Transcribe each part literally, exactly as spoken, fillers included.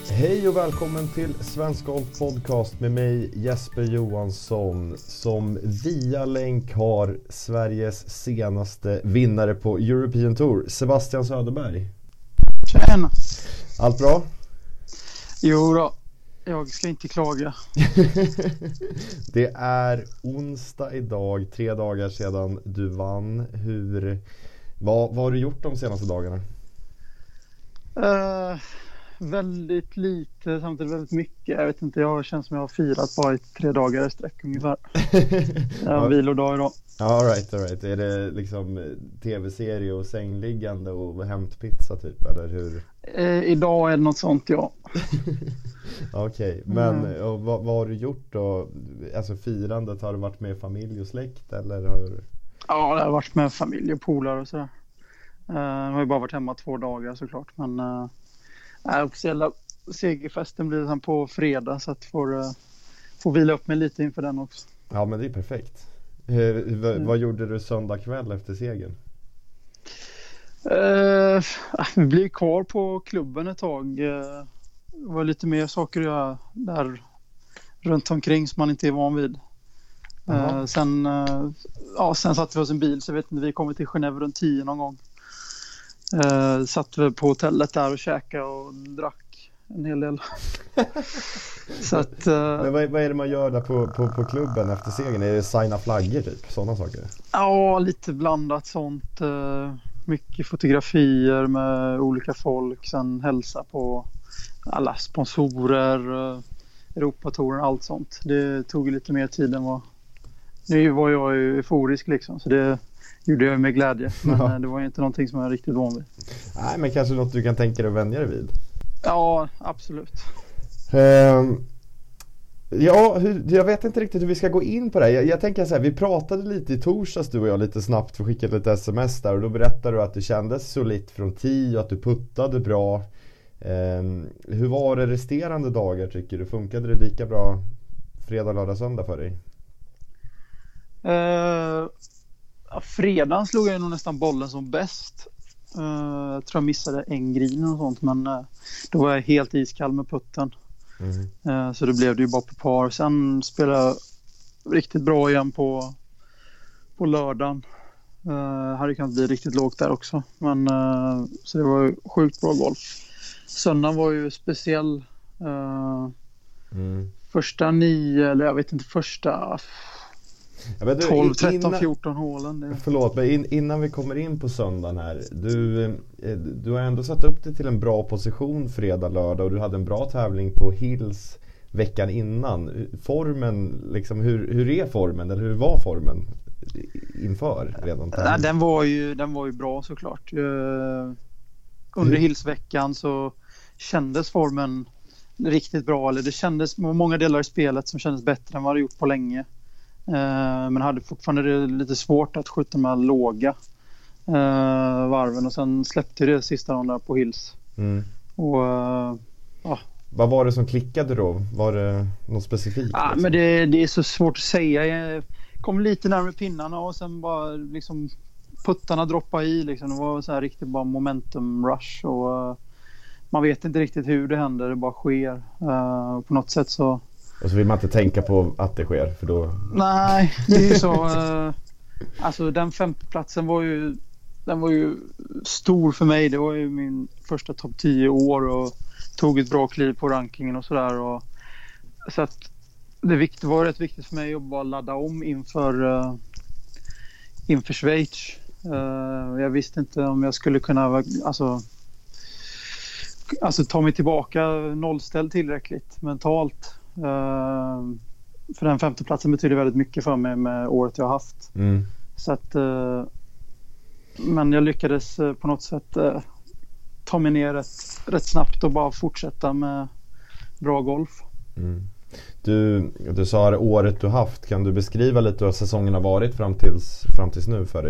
Hej och välkommen till Svensk Golf Podcast med mig Jesper Johansson som via länk har Sveriges senaste vinnare på European Tour, Sebastian Söderberg. Tjena! Allt bra? Jo då, jag ska inte klaga. Det är onsdag idag, tre dagar sedan du vann. Hur, vad, vad har du gjort de senaste dagarna? Uh, väldigt lite, samtidigt väldigt mycket. Jag vet inte, jag känns som jag har firat bara i tre dagar i sträck ungefär. Jag har vilodag idag. All right, all right. Är det liksom tv-serie och sängliggande och hämtpizza typ, eller hur? Uh, idag är det något sånt, ja. Okej, okay. Men mm. och, vad, vad har du gjort då? Alltså firandet, har du varit med familj och släkt eller har du... Ja, det har varit med familj och polare och sådär. Uh, jag har ju bara varit hemma två dagar såklart, men uh, officiella segerfesten blir sen på fredag så att får, uh, får vila upp mig lite inför den också. Ja, men det är perfekt. Uh, v- mm. Vad gjorde du söndag kväll efter segern? Uh, vi blev kvar på klubben ett tag. Uh, det var lite mer saker att göra där runt omkring som man inte är van vid. Uh, sen, uh, ja, sen satte vi oss en bil, så jag vet inte, vi kom till Genève runt tio någon gång. Uh, satt vi på hotellet där och käkade och drack en hel del. Så att, uh, Men vad, vad är det man gör där på, på, på klubben efter segern? Är det signa flaggor typ? Sådana saker? Ja, lite blandat sånt. Uh, mycket fotografier med olika folk. Sen hälsa på alla sponsorer, uh, Europatouren, allt sånt. Det tog lite mer tid än vad... Nu var jag ju euforisk liksom, så det gjorde jag med glädje. Men ja. Det var ju inte någonting som jag är riktigt van vid. Nej, men kanske något du kan tänka dig att vänja dig vid. Ja, absolut. Um, ja, hur, jag vet inte riktigt hur vi ska gå in på det. Jag, jag tänker så här, vi pratade lite i torsdags du och jag lite snabbt för att skicka lite sms där. Och då berättade du att det kändes solitt från tio och att du puttade bra. Um, hur var det resterande dagar tycker du? Funkade det lika bra fredag, lördag, söndag för dig? Uh, ja, fredagen slog jag nog nästan bollen som bäst. Uh, jag tror jag missade en green och sånt, men uh, då var jag helt iskall med putten. Mm. Uh, så det blev det ju bara på par. Sen spelade jag riktigt bra igen på, på lördagen. Uh, hade kunnat bli riktigt lågt där också. Men, uh, så det var ju sjukt bra golf. Söndagen var ju speciell. Uh, mm. Första nio, eller jag vet inte, första... Ja, du, tolv, tretton, fjorton hålen. Det. Förlåt, men in, innan vi kommer in på söndagen här. Du, du har ändå satt upp det till en bra position fredag, lördag. Och du hade en bra tävling på Hills veckan innan. Formen, liksom, hur, hur är formen? Eller hur var formen inför redan tävlingen? Nej, den var ju, den var ju bra såklart. Uh, under Hills-veckan så kändes formen riktigt bra. Eller det kändes många delar i spelet som kändes bättre än vad det gjort på länge. Uh, men hade fortfarande lite svårt att skjuta med låga uh, varven. Och sen släppte det sista dagen där på Hills. Mm. Och, uh, ja. Vad var det som klickade då? Var det något specifikt? Ja, liksom? Men det, det är så svårt att säga. Jag kom lite närmare pinnarna och sen bara liksom puttarna droppa i. Liksom. Det var så här riktigt bara momentum rush. Och, uh, man vet inte riktigt hur det händer. Det bara sker. Uh, på något sätt så... Och så vill man inte tänka på att det sker, för då... Nej, det är ju så... Uh, alltså den femteplatsen var ju... Den var ju stor för mig. Det var ju min första topp tio år och tog ett bra kliv på rankingen och sådär. Och, så att det vikt, var rätt viktigt för mig att bara ladda om inför, uh, inför Schweiz. Uh, jag visste inte om jag skulle kunna... Alltså, alltså ta mig tillbaka nollställd tillräckligt mentalt. Uh, för den femteplatsen betyder väldigt mycket för mig med året jag har haft. Mm. Så att, uh, men jag lyckades uh, på något sätt uh, ta mig ner rätt, rätt snabbt och bara fortsätta med bra golf. Mm. Du, du sa det året du haft. Kan du beskriva lite hur säsongen har varit fram tills, fram tills nu för dig?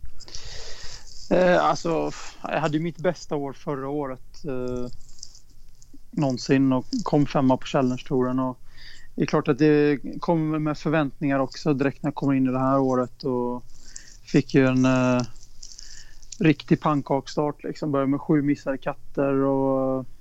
Uh, alltså, jag hade mitt bästa år förra året. Uh, någonsin och kom femma på Challenge-touren och det är klart att det kommer med förväntningar också direkt när jag kommer in i det här året och fick ju en uh, riktig pannkakstart liksom, började med sju missade katter och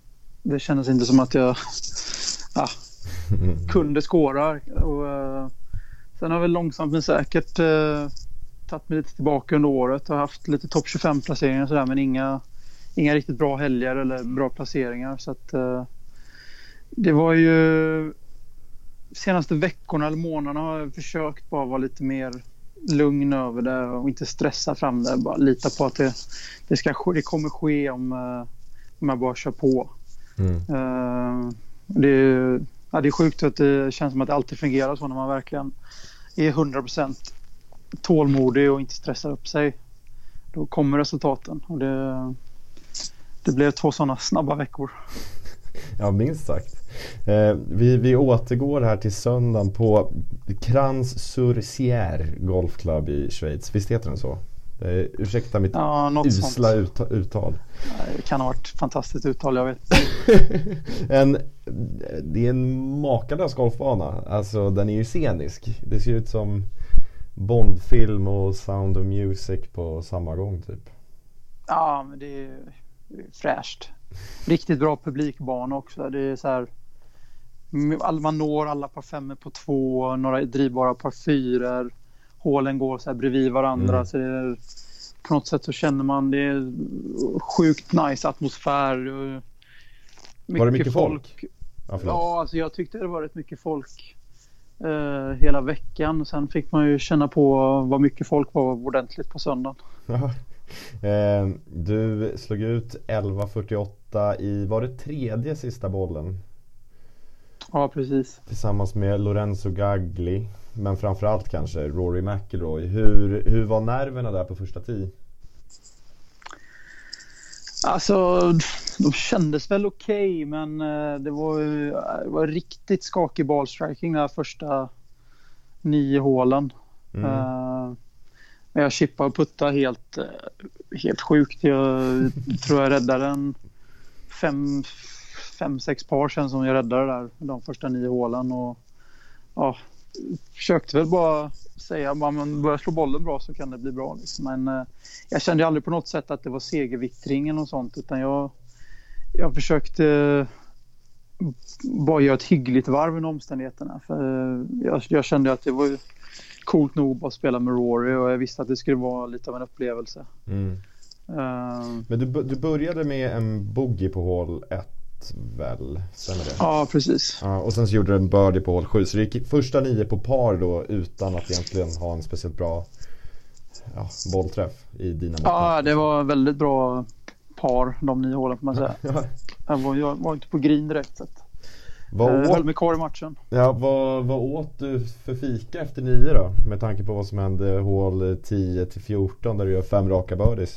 det kändes inte som att jag ja, kunde skåra. Och, uh, sen har jag väl långsamt men säkert uh, tagit mig lite tillbaka under året och haft lite topp tjugofem placeringar och sådär, men inga, inga riktigt bra helger eller bra placeringar. Så att uh, det var ju senaste veckorna eller månaderna har jag försökt bara vara lite mer lugn över det och inte stressa fram det. Bara lita på att det, det, ska, det kommer ske om, uh, om jag bara kör på. Mm. Uh, det, ja, det är sjukt att det känns som att det alltid fungerar så när man verkligen är hundra procent tålmodig och inte stressar upp sig. Då kommer resultaten. Och det, det blev två sådana snabba veckor. Ja, minst sagt. Eh, vi, vi återgår här till söndagen på Crans-sur-Sierre golfklubb i Schweiz. Visst heter den så? Eh, ursäkta mitt ja, usla ut, uttal. Det kan ha varit fantastiskt uttal, jag vet. en, det är en makalös golfbana. Alltså, den är ju scenisk. Det ser ut som Bondfilm och Sound of Music på samma gång typ. Ja, men det är fräscht. Riktigt bra publikbana också. Det är så här, man når alla par femmer på två, några drivbara par fyror. Hålen går så här bredvid varandra. Mm. Så det är, på något sätt så känner man det är sjukt nice atmosfär. Mycket var det mycket folk? folk? Ja, ja, alltså jag tyckte det var rätt mycket folk eh, hela veckan. Sen fick man ju känna på vad mycket folk var ordentligt på söndagen. Eh, du slog ut elva fyrtioåtta i, var det tredje sista bollen? Ja, precis. Tillsammans med Lorenzo Gagli, men framförallt kanske Rory McIlroy. Hur, hur var nerverna där på första tee? Alltså, de kändes väl okej, okay, men det var, det var riktigt skakig ballstriking där första nio hålen. Mm. Uh, Men jag chippade och puttade helt, helt sjukt. Jag tror jag räddade en fem, fem, sex par sen som jag räddade där de första nio hålen. Och ja, försökte väl bara säga att om man börjar slå bollen bra så kan det bli bra. Liksom. Men eh, jag kände aldrig på något sätt att det var segervittringen och sånt. Utan jag, jag försökte bara göra ett hyggligt varv under omständigheterna. För eh, jag, jag kände att det var coolt nog att spela med Rory och jag visste att det skulle vara lite av en upplevelse. Mm. Uh, Men du, du började med en bogey på hål ett väl? Stämmer det? Ja, precis. Ja, och sen så gjorde du en birdie på hål sju. Så det gick första nio på par då utan att egentligen ha en speciellt bra ja, bollträff i dina matcher. Ja, det var väldigt bra par de nio hålen får man säga. jag, var, jag var inte på green direkt så att Vad åt, höll mig kvar i matchen. Ja, vad, vad åt du för fika efter nio då? Med tanke på vad som hände hål tio till fjorton där du gör fem raka birdies.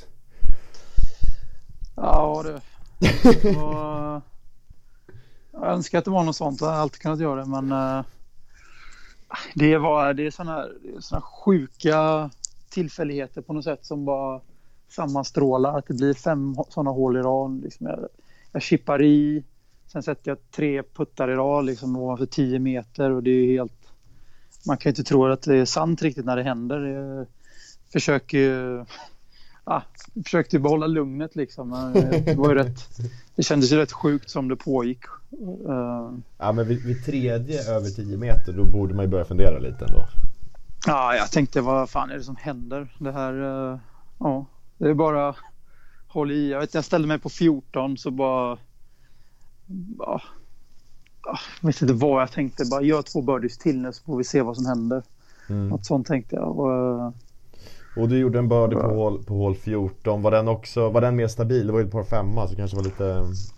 Ja, det, det var, jag önskar att det var något sånt. Jag hade alltid kunnat göra det, men uh, det var det är såna, det är såna sjuka tillfälligheter på något sätt som bara sammanstrålar. Att det blir fem sådana hål i rad. Liksom jag, jag chippar i. Sen sätter jag tre puttar i rad liksom ovanför tio meter och det är helt... Man kan ju inte tro att det är sant riktigt när det händer. Jag försöker ju... Ah, försökte ju behålla lugnet liksom. Det var ju rätt... Det kändes ju rätt sjukt som det pågick. Uh... Ja, men vid, vid tredje över tio meter då borde man ju börja fundera lite ändå. Ja, jag tänkte vad fan är det som händer? Det här... Uh... Ja, det är bara... Håll i. Jag vet jag ställde mig på fjorton så bara... Ja, jag vet inte vad jag tänkte. Bara gör två birdies till nu så får vi se vad som händer. Mm. Något sånt tänkte jag. Och, och du gjorde en birdie på hål, på hål fjorton. Var den också, var den mer stabil? Det var ju ett par femma så kanske var lite...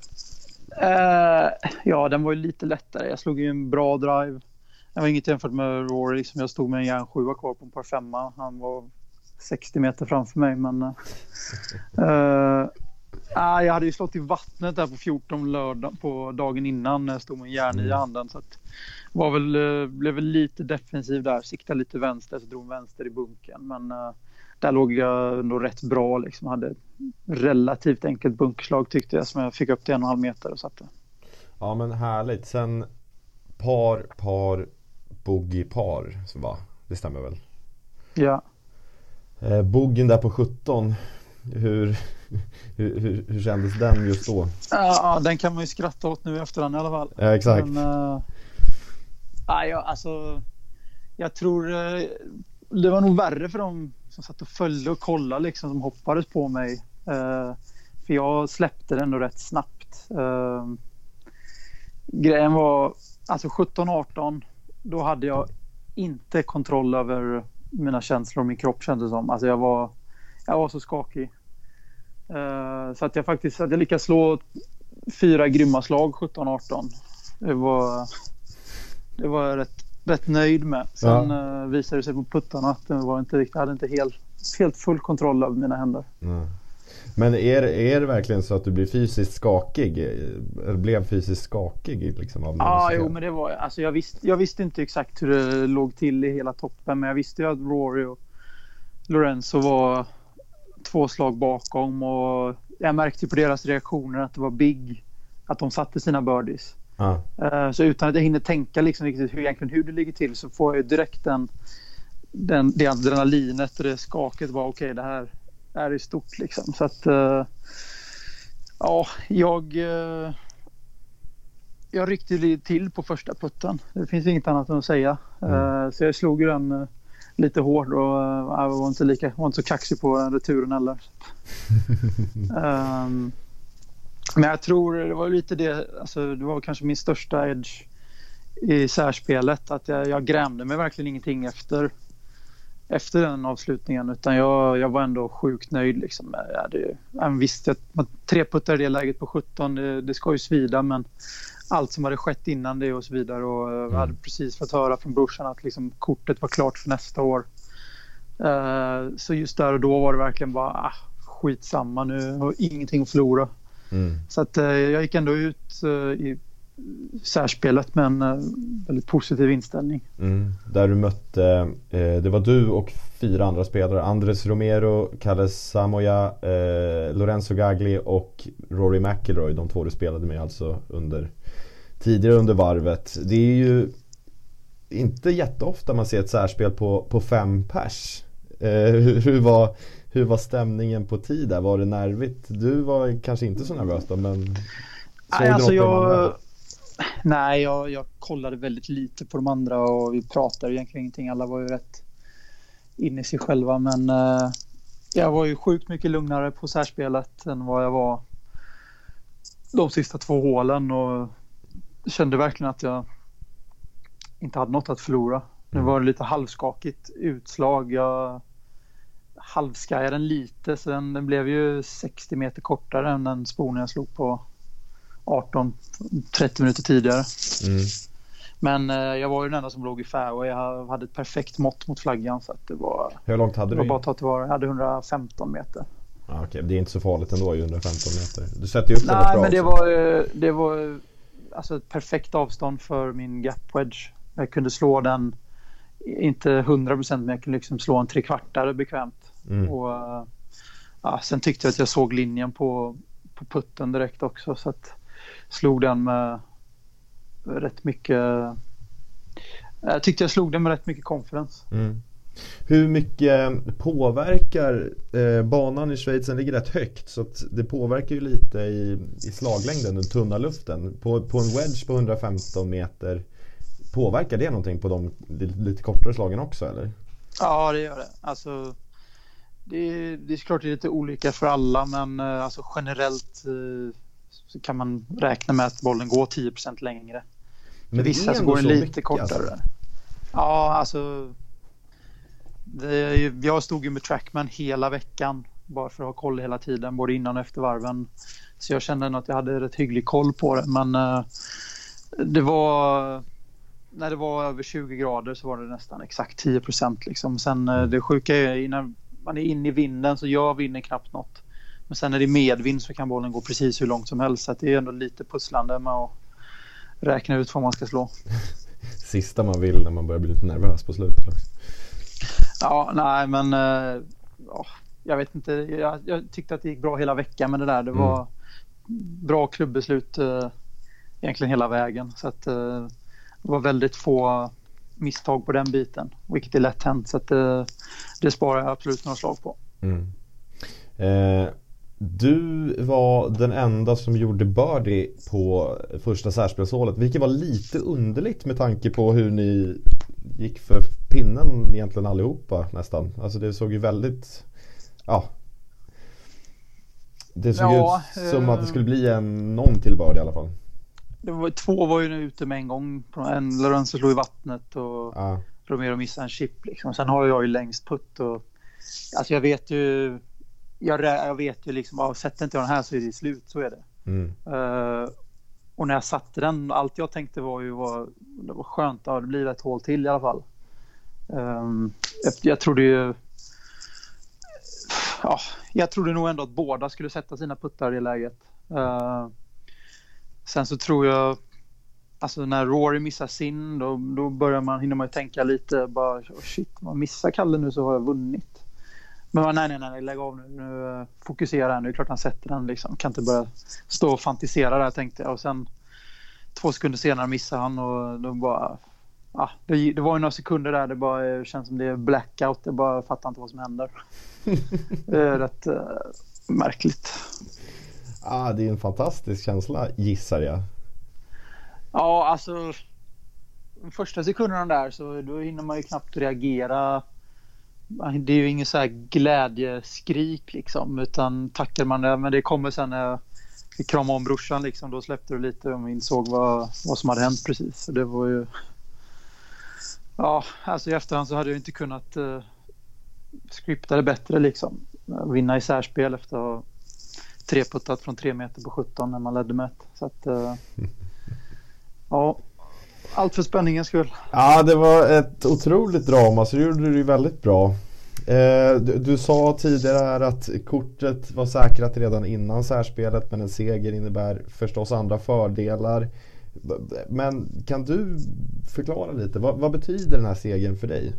Uh, ja, den var ju lite lättare. Jag slog ju en bra drive. Jag var inget jämfört med Rory. Liksom jag stod med en järnsjua kvar på en par femma. Han var sextio meter framför mig. Men... Uh, Ah, jag hade ju slått i vattnet där på fjorton lördag på dagen innan när jag stod med en järn i handen så att var väl, blev väl lite defensiv där, siktade lite vänster så drog vänster i bunken men uh, där låg jag ändå rätt bra liksom, hade relativt enkelt bunkerslag tyckte jag som jag fick upp till en och en halv meter och satte. Ja men härligt, sen par, par, bogey, par så va, det stämmer väl? Ja. Eh, boggen där på sjutton hur, hur, hur, hur kändes den just då? Ja, den kan man ju skratta åt nu i efterhand i alla fall. Ja, exakt. Men, uh, ja, alltså, jag tror uh, det var nog värre för dem som satt och följde och kollade liksom, som hoppades på mig. Uh, för jag släppte den ändå rätt snabbt. Uh, grejen var, alltså sjutton arton, då hade jag inte kontroll över mina känslor och min kropp, kändes som. Alltså jag var, jag var så skakig. Uh, så att jag faktiskt att jag lyckades slå fyra grymma slag sjutton arton. Det var, det var jag rätt, rätt nöjd med. Sen ja. uh, visade det sig på puttarna att det var inte riktigt, jag hade inte helt, helt full kontroll över mina händer. Mm. Men är, är det verkligen så att du blir fysiskt skakig? Eller blev fysiskt skakig liksom av Ja, jo, men det var alltså jag visste jag visste inte exakt hur det låg till i hela toppen, men jag visste ju att Rory och Lorenzo var två slag bakom, och jag märkte på deras reaktioner att det var big, att de satte sina birdies. Ah. Uh, så utan att jag hinner tänka liksom riktigt hur, egentligen hur det ligger till, så får jag direkt den, den, det adrenalinet och det skaket var okej, okay, det här är det stort liksom. Så att uh, ja, jag uh, jag ryckte till på första putten. Det finns inget annat än att säga. Mm. Uh, så jag slog den uh, lite hård, och uh, jag var inte lika var inte så kaxig på returen heller. um, men jag tror det var lite det, alltså det var kanske min största edge i särspelet, att jag, jag grämde mig verkligen ingenting efter efter den avslutningen, utan jag, jag var ändå sjukt nöjd liksom. Jag hade, jag visste att tre puttar i det läget på sjutton, det, det ska ju svida, men allt som hade skett innan det och så vidare, och jag hade precis fått höra från brorsan att liksom kortet var klart för nästa år. Uh, så just där och då var det verkligen bara ah, skitsamma, nu har ingenting att förlora. Mm. Så att uh, jag gick ändå ut uh, i särspelet med en uh, väldigt positiv inställning. Mm. Där du mötte, eh, det var du och fyra andra spelare, Andres Romero, Kalle Samoja, eh, Lorenzo Gagli och Rory McIlroy, de två du spelade med alltså under tidigare under varvet. Det är ju inte jätteofta man ser ett särspel på, på fem pers. Eh, hur, hur, var, hur var stämningen på tid där? Var det nervigt? Du var kanske inte så nervös då, men nej, alltså jag, nej jag, jag kollade väldigt lite på de andra, och vi pratade egentligen ingenting. Alla var ju rätt inne i sig själva, men eh, jag var ju sjukt mycket lugnare på särspelet än vad jag var de sista två hålen, och kände verkligen att jag inte hade något att förlora. Nu var det lite halvskakigt utslag. Jag halvskajade den lite, så den, den blev ju sextio meter kortare än den sponen jag slog på arton trettio minuter tidigare. Mm. Men eh, jag var ju den enda som låg i fair, och jag hade ett perfekt mått mot flaggan, så att det var... Hur långt hade du? Bara att jag hade hundrafemton meter. Ah, okej, det är inte så farligt ändå i hundrafemton meter. Du sätter ju upp det bra. Nej, men det var, det var alltså ett perfekt avstånd för min gap wedge. Jag kunde slå den, inte hundra procent, men jag kunde liksom slå en tre kvartare bekvämt. Mm. Och ja, sen tyckte jag att jag såg linjen på, på putten direkt också, så att slog den med rätt mycket, jag tyckte jag slog den med rätt mycket confidence. Mm. Hur mycket påverkar eh, banan i Schweiz? Den ligger rätt högt, så att det påverkar ju lite i, i slaglängden, den tunna luften. På, på en wedge på hundrafemton meter, påverkar det någonting på de lite kortare slagen också, eller? Ja, det gör det. Alltså, det, det är klart det är lite olika för alla, men eh, alltså, generellt eh, så kan man räkna med att bollen går tio procent längre. Men vissa så går den lite mycket, kortare. Alltså. Ja, alltså... Det, jag stod ju med Trackman hela veckan, bara för att ha koll hela tiden, både innan och efter varven. Så jag kände att jag hade rätt hygglig koll på det. Men uh, det var... När det var över tjugo grader så var det nästan exakt tio procent. Liksom. Sen uh, det sjuka är, innan man är inne i vinden så gör vinden knappt något. Men sen när det är medvind så kan bollen gå precis hur långt som helst. Så det är ändå lite pusslande med att räkna ut vad man ska slå. Sista man vill när man börjar bli lite nervös på slutet också. Ja, nej, men uh, oh, jag vet inte. Jag, jag tyckte att det gick bra hela veckan med det där. Det var mm. bra klubbeslut uh, egentligen hela vägen. Så att uh, det var väldigt få misstag på den biten, vilket är lätt hänt. Så att uh, det sparar jag absolut några slag på. Mm. Eh, du var den enda som gjorde birdie på första särspelshålet, vilket var lite underligt med tanke på hur ni gick för pinnen egentligen allihopa nästan. Alltså det såg ju väldigt, ja, det såg ja, ut som att det skulle bli en någon till birdie i alla fall. Det var, två var ju ute med en gång. En Lorenzo slog i vattnet och Ja. Romero missade en chip liksom. Sen har jag ju längst putt och alltså jag vet ju jag, jag vet ju liksom, ja, sätter inte jag den här så är det slut, så är det. Mm. Uh, och när jag satte den, allt jag tänkte var ju var, det var skönt, ja, det blir ett hål till i alla fall. Um, jag, jag trodde ju ja, jag trodde nog ändå att båda skulle sätta sina puttar i läget. Uh, sen så tror jag, alltså när Rory missar sin, då, då börjar man, hinner man ju tänka lite bara, oh shit, man missar Kalle nu så har jag vunnit. Men man, nej, nej, nej, lägg av nu, nu uh, fokusera här nu, det är klart han sätter den liksom, kan inte börja stå och fantisera där, tänkte jag. Och sen två sekunder senare missar han och då bara, ja, det, det var ju några sekunder där det bara känns som det är blackout, det bara fattar inte vad som händer. Det är rätt uh, märkligt. Ah, det är en fantastisk känsla, gissar jag. Ja, alltså första sekunderna där så då hinner man ju knappt reagera. Det är ju ingen så här glädjeskrik liksom, utan tackar man det, men det kommer sen när jag fick krama om brorsan liksom, då släppte det lite och insåg vad, vad som hade hänt precis. Så det var ju, ja, alltså i efterhand så hade jag inte kunnat uh, skripta det bättre liksom, vinna i särspel efter att ha treputtat från tre meter på sjutton när man ledde med ett. Så att uh, ja, allt för spänningens skull. Ja, det var ett otroligt drama, så det gjorde du ju väldigt bra. Eh, du, du sa tidigare här att kortet var säkrat redan innan särspelet, men en seger innebär förstås andra fördelar. Men kan du förklara lite, vad, vad betyder den här segern för dig?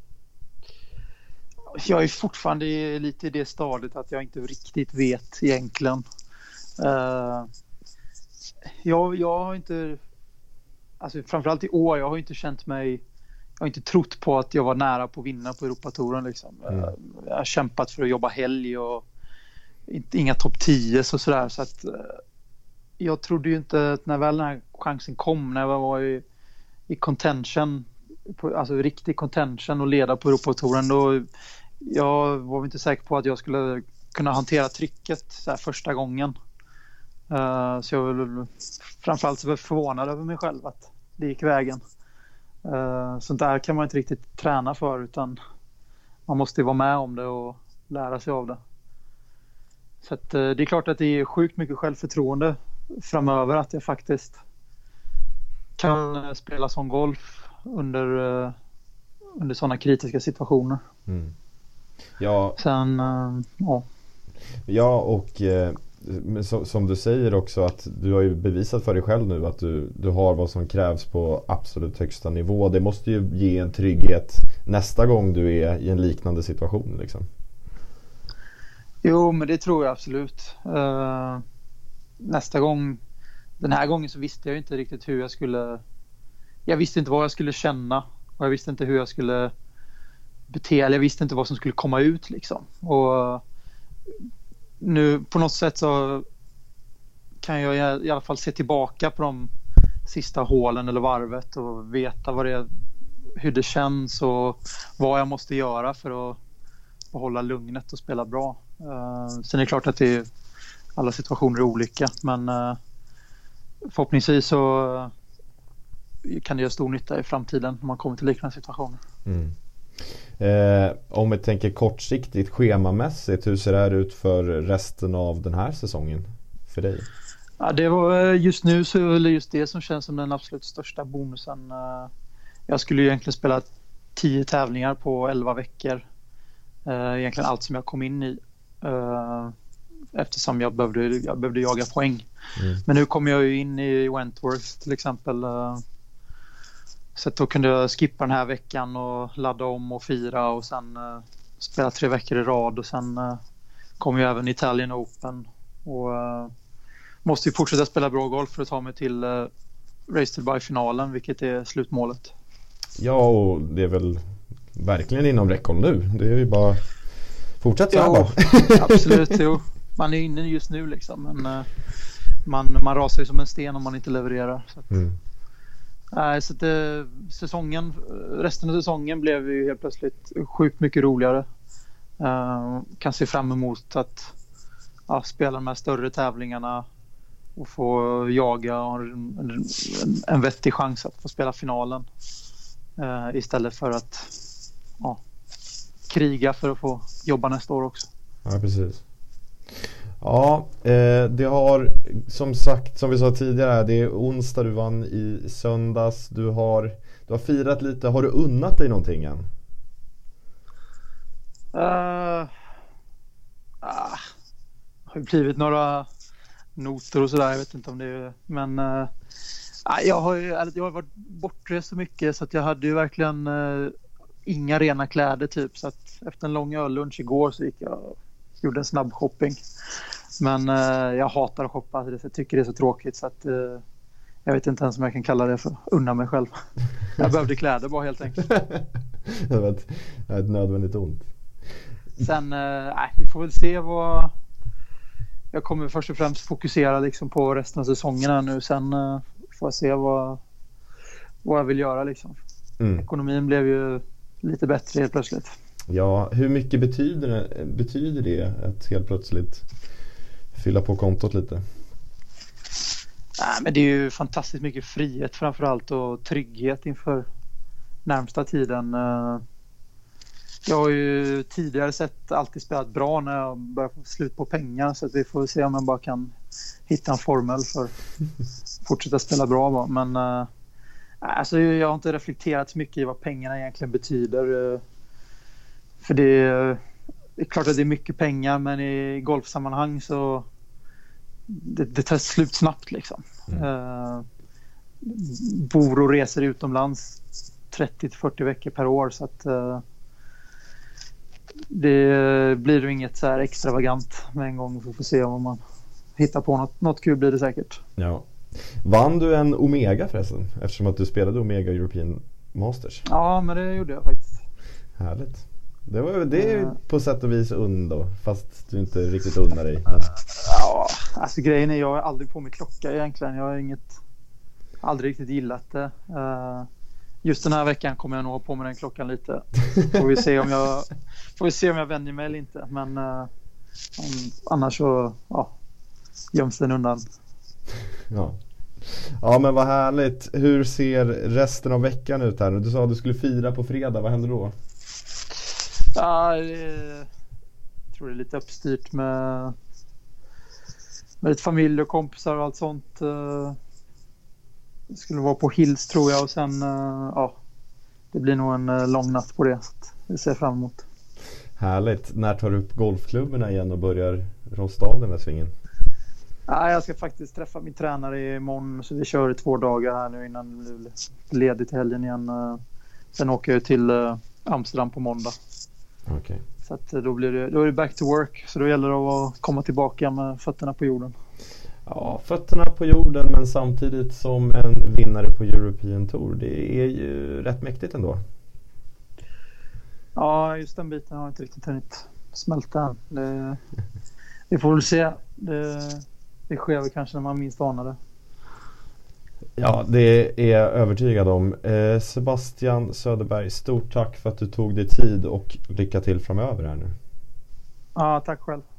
Jag är fortfarande lite i det stadiet att jag inte riktigt vet egentligen. Uh, jag, jag har inte, alltså framförallt i år, jag har inte känt mig, jag har inte trott på att jag var nära på att vinna på Europatouren liksom. Mm. Uh, jag har kämpat för att jobba helg och inte, inga topp tio och sådär, så att uh, jag trodde ju inte att när väl den här chansen kom, när jag var i, i contention, på, alltså riktig contention och leda på Europatouren, då jag var inte säker på att jag skulle kunna hantera trycket så här första gången. Uh, så jag var framförallt så var förvånad över mig själv att det gick vägen. Uh, sånt där kan man inte riktigt träna för, utan man måste ju vara med om det och lära sig av det. Så att, uh, det är klart att det är sjukt mycket självförtroende framöver att jag faktiskt kan uh, spela sån golf under, uh, under sådana kritiska situationer. Mm. Ja. Sen, uh, ja. Ja, och eh, så, som du säger också, att du har ju bevisat för dig själv nu att du, du har vad som krävs på absolut högsta nivå. Det måste ju ge en trygghet nästa gång du är i en liknande situation liksom. Jo, men det tror jag absolut. Uh, nästa gång, den här gången så visste jag inte riktigt hur jag skulle, jag visste inte vad jag skulle känna och jag visste inte hur jag skulle bete, eller jag visste inte vad som skulle komma ut liksom. Och nu på något sätt så kan jag i alla fall se tillbaka på de sista hålen eller varvet och veta vad det är, hur det känns och vad jag måste göra för att behålla lugnet och spela bra. Uh, sen är det klart att det är, alla situationer är olika, men uh, förhoppningsvis så uh, kan det göra stor nytta i framtiden när man kommer till liknande situationer. Mm. Eh, om vi tänker kortsiktigt, schemamässigt, hur ser det här ut för resten av den här säsongen för dig? Ja, det var just nu så är det just det som känns som den absolut största bonusen. Jag skulle ju egentligen spela tio tävlingar på elva veckor. Egentligen allt som jag kom in i, eftersom jag behövde, jag behövde jaga poäng. Mm. Men nu kommer jag ju in i Wentworth till exempel. Så då kunde jag skippa den här veckan och ladda om och fira och sen uh, spela tre veckor i rad och sen uh, kommer ju även Italian Open och uh, måste ju fortsätta spela bra golf för att ta mig till uh, Race to Dubai-finalen, vilket är slutmålet. Ja, och det är väl verkligen inom räckhåll nu. Det är ju bara Fortsätt så här Jo, bara. absolut, jo. Man är inne just nu liksom, men uh, man, man rasar ju som en sten om man inte levererar. Så att, Mm. uh, så att, uh, säsongen, resten av säsongen blev ju helt plötsligt sjukt mycket roligare. Uh, kan se fram emot att uh, spela de här större tävlingarna och få jaga och en, en, en vettig chans att få spela finalen. Uh, istället för att uh, kriga för att få jobba nästa år också. Ja, precis. Ja, eh, det har som sagt, som vi sa tidigare, det är onsdag, du vann i söndags. Du har, du har firat lite. Har du unnat dig någonting än? Uh, ah, har ju blivit några noter och sådär. Jag vet inte om det är, men uh, jag har ju jag har varit bortrest så mycket så att jag hade ju verkligen uh, inga rena kläder typ, så att efter en lång öllunch igår så gick jag och gjorde en snabb shopping. Men uh, jag hatar att shoppa, så jag tycker det är så tråkigt så att uh, jag vet inte ens om jag kan kalla det för unna mig själv. Jag behövde kläder bara helt enkelt. Det var ett, ett nödvändigt ont. Sen, uh, nej, vi får väl se vad jag kommer först och främst fokusera liksom på resten av säsongen här nu. Sen uh, får jag se vad, vad jag vill göra liksom. Mm. Ekonomin blev ju lite bättre helt plötsligt. Ja, hur mycket betyder det, betyder det att helt plötsligt fylla på kontot lite? Nej, men det är ju fantastiskt mycket frihet framförallt och trygghet inför närmsta tiden. Jag har ju tidigare sett alltid spelat bra när jag börjar få slut på pengar, så att vi får se om jag bara kan hitta en formel för att fortsätta spela bra. Men alltså, jag har inte reflekterat så mycket i vad pengarna egentligen betyder. För det är, det är klart att det är mycket pengar, men i golfsammanhang så det, det tar slut snabbt liksom. Mm. Uh, bor och reser utomlands trettio till fyrtio veckor per år, så att uh, det blir ju inget så här extravagant med en gång. Vi får se om man hittar på något, något kul blir det säkert. Ja. Vann du en Omega förresten? Eftersom att du spelade Omega European Masters. Ja, men det gjorde jag faktiskt. Härligt. Det var det är på sätt och vis und då, fast du inte riktigt unnar dig. Men... Ja, alltså grejen är jag har aldrig på mig klocka egentligen. Jag har inget, aldrig riktigt gillat det. Uh, just den här veckan kommer jag nog ha på mig den klockan lite. Får vi se om jag får vi se om jag vänjer mig eller inte. Men uh, om, annars så ja, göms den undan. Ja. Ja, men vad härligt. Hur ser resten av veckan ut här? Du sa att du skulle fira på fredag. Vad händer då? Ja, jag tror det är lite uppstyrt med, med lite familj och kompisar och allt sånt. Det skulle vara på Hills tror jag, och sen ja, det blir nog en lång natt på det. Så det ser jag fram emot. Härligt. När tar du upp golfklubborna igen och börjar rosta av den här svingen? Ja, jag ska faktiskt träffa min tränare imorgon, så vi kör i två dagar här nu innan det blir ledigt till helgen igen. Sen åker jag till Amsterdam på måndag. Okay. Så att då, blir det, då är det back to work. Så då gäller det att komma tillbaka med fötterna på jorden. Ja, fötterna på jorden, men samtidigt som en vinnare på European Tour. Det är ju rätt mäktigt ändå. Ja, just den biten har jag inte riktigt hunnit smälta än. Det, vi får väl se. Det, det sker väl kanske när man minst anar det. Ja, det är jag övertygad om. Eh, Sebastian Söderberg, stort tack för att du tog dig tid och lycka till framöver här nu. Ja, tack själv.